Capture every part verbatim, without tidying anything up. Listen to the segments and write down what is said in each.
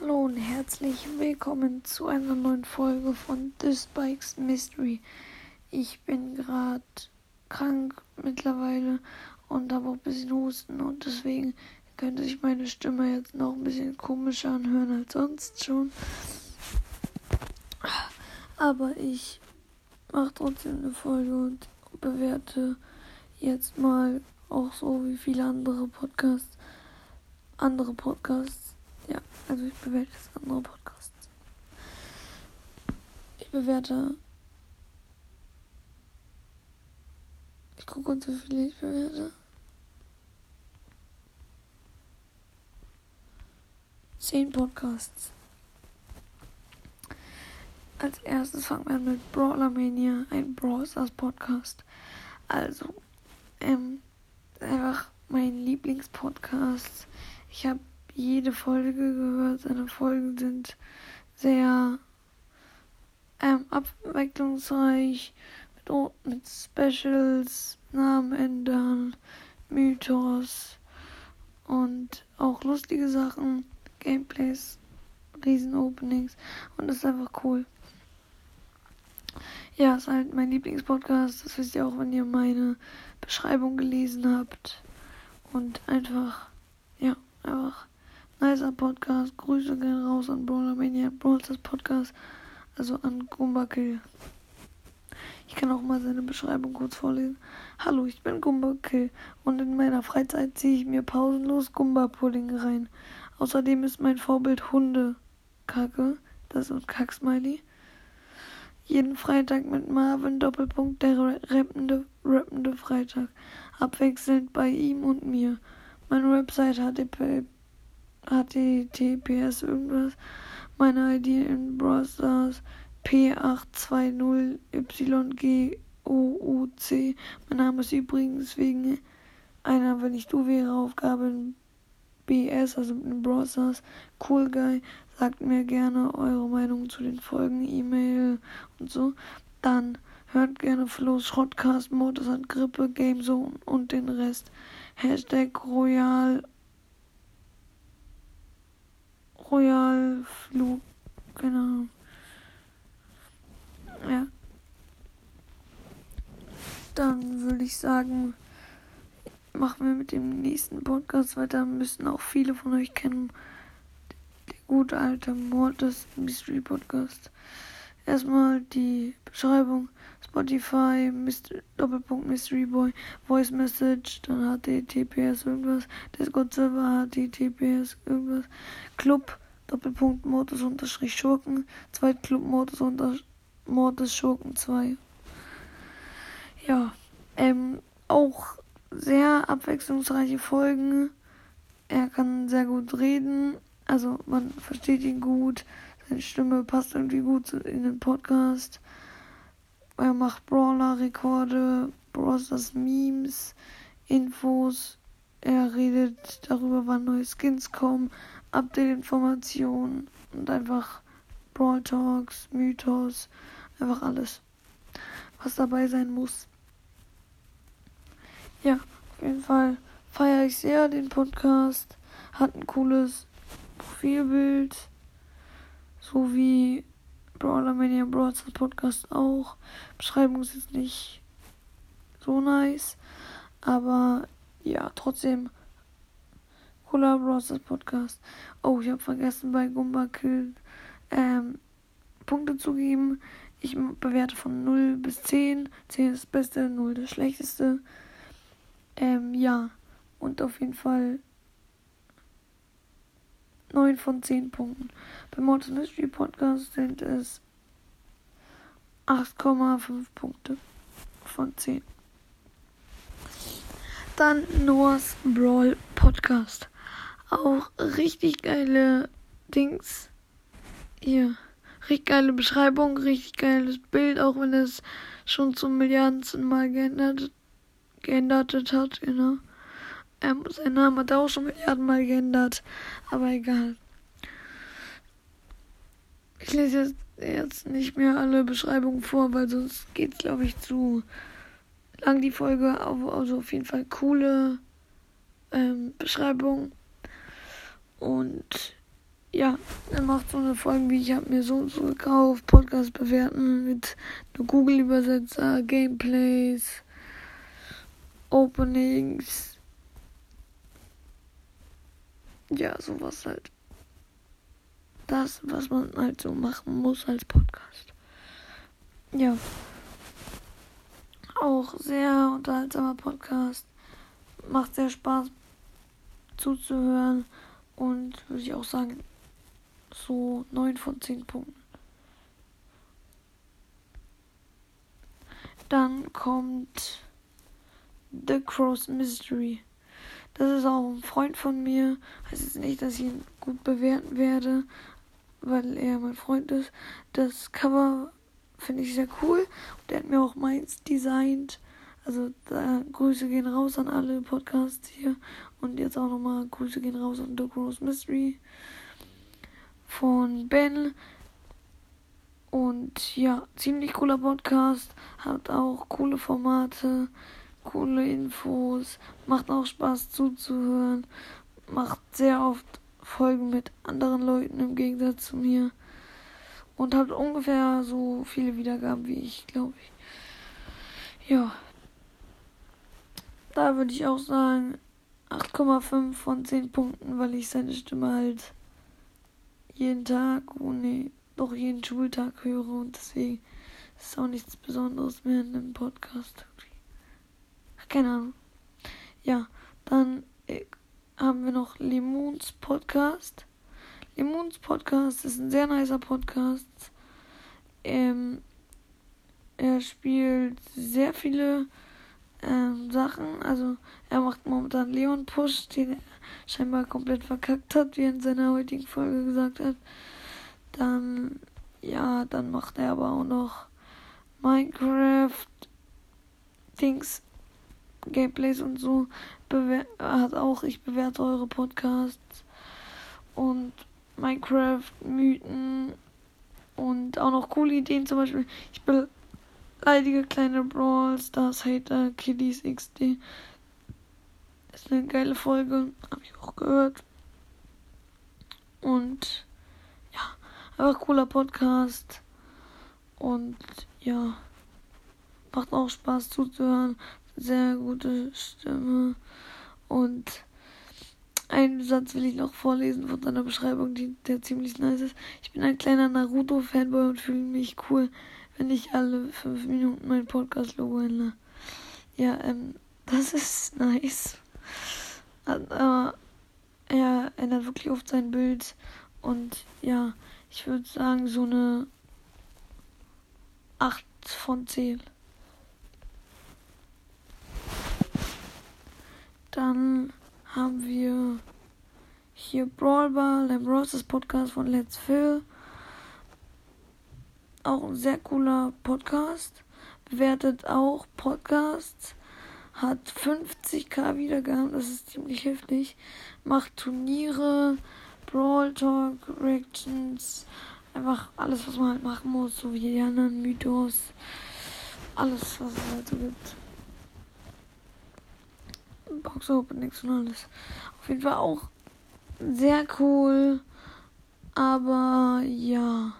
Hallo und herzlich willkommen zu einer neuen Folge von The Spikes Mystery. Ich bin gerade krank mittlerweile und habe auch ein bisschen Husten und deswegen könnte sich meine Stimme jetzt noch ein bisschen komischer anhören als sonst schon. Aber ich mache trotzdem eine Folge und bewerte jetzt mal auch so wie viele andere Podcasts, andere Podcasts. Ja, also ich bewerte jetzt andere Podcasts. Ich bewerte. Ich gucke uns, wie viele ich bewerte. Zehn Podcasts. Als erstes fangen wir an mit Brawler Mania, ein Brawl Stars Podcast. Also, ähm, einfach mein Lieblingspodcast. Ich habe jede Folge gehört. Seine Folgen sind sehr ähm, abwechslungsreich, mit, mit Specials, Namen ändern, Mythos und auch lustige Sachen, Gameplays, Riesen-Openings und das ist einfach cool. Ja, ist halt mein Lieblingspodcast, das wisst ihr auch, wenn ihr meine Beschreibung gelesen habt und einfach, ja, einfach nicer Podcast. Grüße gehen raus an Brawler Mania, Brawl Stars Podcast, also an Gumbakill. Ich kann auch mal seine Beschreibung kurz vorlesen. Hallo, ich bin Gumbakill und in meiner Freizeit ziehe ich mir pausenlos Gumba-Pudding rein. Außerdem ist mein Vorbild Hundekacke, das ist ein Kack-Smiley. Jeden Freitag mit Marvin, Doppelpunkt, der rappende, rappende Freitag. Abwechselnd bei ihm und mir. Meine Website H T T P S irgendwas. Meine I D in Brawl Stars P acht zwei null Y G O U C. Mein Name ist übrigens wegen einer Wenn ich du wäre Aufgabe in B S, also mit einem Brawl Stars. Cool Guy. Sagt mir gerne eure Meinung zu den Folgen, E-Mail und so. Dann hört gerne Flo's Schrottcast, Modus hat Grippe, Gamezone und den Rest. Hashtag Royal Royal Flug, keine Ahnung. Ja. Dann würde ich sagen, machen wir mit dem nächsten Podcast weiter. Müssen auch viele von euch kennen. Der gute alte Mortis Mystery Podcast. Erstmal die Beschreibung. Spotify, Mystery, Doppelpunkt Mystery Boy, Voice Message, dann H T T P S irgendwas, Discord Server, H T T P S irgendwas, Club, Doppelpunkt Mortis unterstrich Schurken, Zweitclub Mortis unter Mortis Schurken zwei. Ja, ähm, auch sehr abwechslungsreiche Folgen. Er kann sehr gut reden, also man versteht ihn gut, seine Stimme passt irgendwie gut in den Podcast. Er macht Brawler-Rekorde, Brawl Stars Memes, Infos. Er redet darüber, wann neue Skins kommen, Update-Informationen und einfach Brawl Talks, Mythos, einfach alles, was dabei sein muss. Ja, auf jeden Fall feiere ich sehr den Podcast. Hat ein cooles Profilbild, so wie Brawler Mania Brawl Stars Podcast auch. Beschreibung ist jetzt nicht so nice, aber ja, trotzdem cooler Brawl Stars Podcast. Oh, ich habe vergessen bei Gumbakill ähm, Punkte zu geben. Ich bewerte von null bis zehn. zehn ist das Beste, null das Schlechteste. Ähm, ja, und auf jeden Fall neun von zehn Punkten. Beim Mortis Mystery Podcast sind es acht Komma fünf Punkte von zehn. Dann Noahs Brawl Podcast. Auch richtig geile Dings. Hier. Richtig geile Beschreibung, richtig geiles Bild, auch wenn es schon zum Milliardensten Mal geändert, geändert hat, genau. Ähm, sein Name hat auch schon Milliarden Mal geändert, aber egal. Ich lese jetzt, jetzt nicht mehr alle Beschreibungen vor, weil sonst geht es, glaube ich, zu lang die Folge. Also auf jeden Fall coole ähm, Beschreibung. Und ja, Er macht so eine Folge wie ich habe mir so und so gekauft, Podcast bewerten mit Google-Übersetzer, Gameplays, Openings. Ja, sowas halt. Das, was man halt so machen muss als Podcast. Ja. Auch sehr unterhaltsamer Podcast. Macht sehr Spaß zuzuhören. Und würde ich auch sagen, so neun von zehn Punkten. Dann kommt The Crow's Mystery. Das ist auch ein Freund von mir. Heißt jetzt nicht, dass ich ihn gut bewerten werde, weil er mein Freund ist. Das Cover finde ich sehr cool. Und der hat mir auch meins designt. Also da Grüße gehen raus an alle Podcasts hier. Und jetzt auch nochmal Grüße gehen raus an The Crow's Mystery von Ben. Und ja, ziemlich cooler Podcast. Hat auch coole Formate, coole Infos. Macht auch Spaß zuzuhören. Macht sehr oft Folgen mit anderen Leuten im Gegensatz zu mir. Und hat ungefähr so viele Wiedergaben wie ich, glaube ich. Ja. Da würde ich auch sagen acht Komma fünf von zehn Punkten, weil ich seine Stimme halt jeden Tag, oh nee, doch jeden Schultag höre und deswegen ist es auch nichts Besonderes mehr in dem Podcast. Keine Ahnung. Ja, dann äh, haben wir noch Lemons Podcast. Lemons Podcast ist ein sehr nicer Podcast. Ähm, er spielt sehr viele ähm, Sachen. Also er macht momentan Leon Push, den er scheinbar komplett verkackt hat, wie er in seiner heutigen Folge gesagt hat. Dann, ja, dann macht er aber auch noch Minecraft, Dings, Gameplays und so. Bewer- hat auch, ich bewerte eure Podcasts. Und Minecraft, Mythen und auch noch coole Ideen, zum Beispiel, ich beleidige kleine Brawl Stars Hater, Kiddies X D. Ist eine geile Folge, habe ich auch gehört. Und ja, einfach cooler Podcast. Und ja, macht auch Spaß zuzuhören. Sehr gute Stimme. Und einen Satz will ich noch vorlesen von seiner Beschreibung, die, der ziemlich nice ist. Ich bin ein kleiner Naruto-Fanboy und fühle mich cool, wenn ich alle fünf Minuten mein Podcast-Logo ändere. Ja, ähm, das ist nice. Aber er ändert wirklich oft sein Bild. Und ja, ich würde sagen, so eine acht von zehn. Dann haben wir hier Brawl Ball, der Bros. Podcast von Let's Phil. Auch ein sehr cooler Podcast. Bewertet auch Podcasts. Hat fünfzigtausend Wiedergaben, das ist ziemlich heftig. Macht Turniere, Brawl Talk, Reactions. Einfach alles, was man halt machen muss. So wie die anderen Mythos. Alles, was es halt so gibt. Box Openings und alles. Auf jeden Fall auch sehr cool. Aber ja.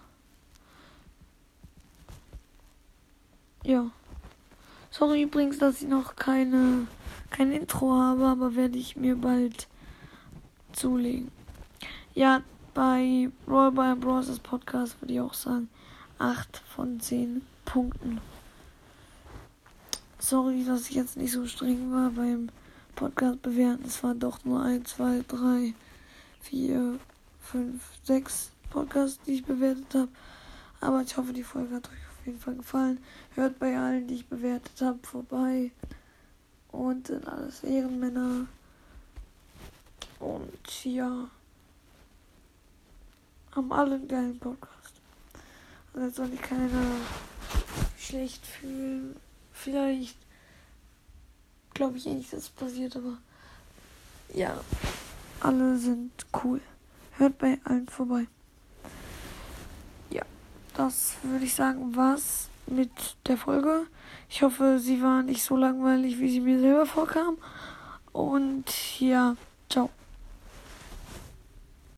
Ja. Sorry übrigens, dass ich noch keine kein Intro habe, aber werde ich mir bald zulegen. Ja, bei Roll by Bros. Podcast würde ich auch sagen acht von zehn Punkten. Sorry, dass ich jetzt nicht so streng war beim Podcast bewerten. Es waren doch nur eins, zwei, drei, vier, fünf, sechs Podcasts, die ich bewertet habe. Aber ich hoffe, die Folge hat euch auf jeden Fall gefallen. Hört bei allen, die ich bewertet habe, vorbei. Und sind alles Ehrenmänner. Und ja, haben alle einen geilen Podcast. Also jetzt soll ich keiner schlecht fühlen. Vielleicht glaube ich eh nicht, dass es passiert, aber ja, alle sind cool. Hört bei allen vorbei. Ja, das würde ich sagen, war's mit der Folge. Ich hoffe, sie war nicht so langweilig, wie sie mir selber vorkam. Und ja, ciao.